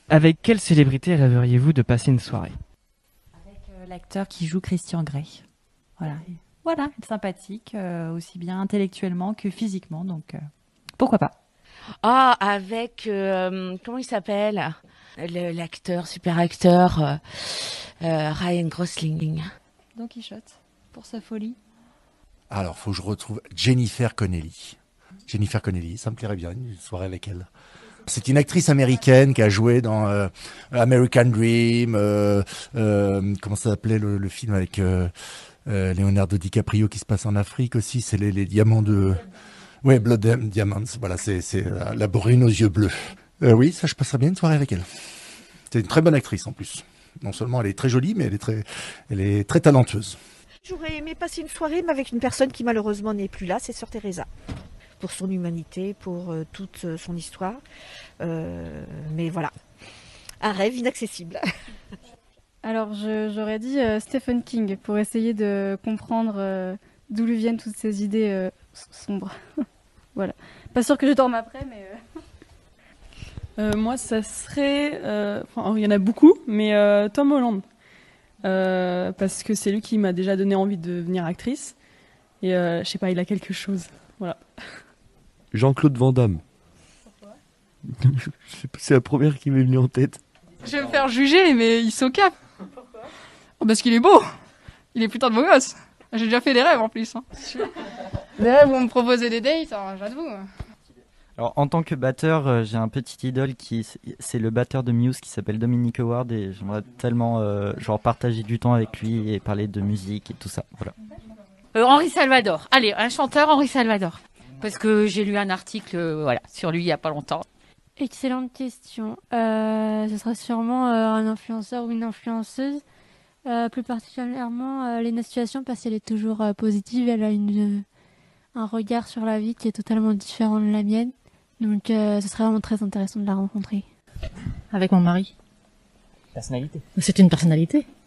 Avec quelle célébrité rêveriez-vous de passer une soirée? Avec l'acteur qui joue Christian Grey. Voilà. Voilà, sympathique, aussi bien intellectuellement que physiquement, donc pourquoi pas. Ah, avec comment il s'appelle? L'acteur, super acteur, Ryan Gosling. Don Quichotte, pour sa folie. Alors, faut que je retrouve Jennifer Connelly. Jennifer Connelly, ça me plairait bien, une soirée avec elle. C'est une actrice américaine qui a joué dans American Dream, comment ça s'appelait le film avec Leonardo DiCaprio qui se passe en Afrique aussi, c'est les diamants de... Ouais, Blood Diamonds, voilà, c'est la brune aux yeux bleus. Oui, ça, je passerais bien une soirée avec elle. C'est une très bonne actrice en plus. Non seulement elle est très jolie, mais elle est très talentueuse. J'aurais aimé passer une soirée, mais avec une personne qui malheureusement n'est plus là, c'est Sœur Teresa. Pour son humanité, pour toute son histoire. Mais voilà, un rêve inaccessible. Alors j'aurais dit Stephen King pour essayer de comprendre d'où lui viennent toutes ces idées sombres. Voilà. Pas sûr que je dorme après, mais... Moi, ça serait... il y en a beaucoup, mais Tom Holland. Parce que c'est lui qui m'a déjà donné envie de devenir actrice. Et je sais pas, il a quelque chose. Voilà. Jean-Claude Van Damme. Pourquoi? C'est la première qui m'est venue en tête. Je vais me faire juger, mais il s'occupe. Pourquoi? Parce qu'il est beau. Il est putain de beau gosse. J'ai déjà fait des rêves en plus. Hein. Des rêves où on me proposait des dates, hein, j'avoue. Alors, en tant que batteur, j'ai un petit idole c'est le batteur de Muse qui s'appelle Dominic Howard et j'aimerais tellement partager du temps avec lui et parler de musique et tout ça. Voilà. Henri Salvador. Allez, un chanteur, Henri Salvador. Parce que j'ai lu un article sur lui il y a pas longtemps. Excellente question. Ce sera sûrement un influenceur ou une influenceuse. Plus particulièrement Léna Situation parce qu'elle est toujours positive. Elle a un regard sur la vie qui est totalement différent de la mienne. Donc ce serait vraiment très intéressant de la rencontrer. Avec mon mari. Personnalité. C'est une personnalité.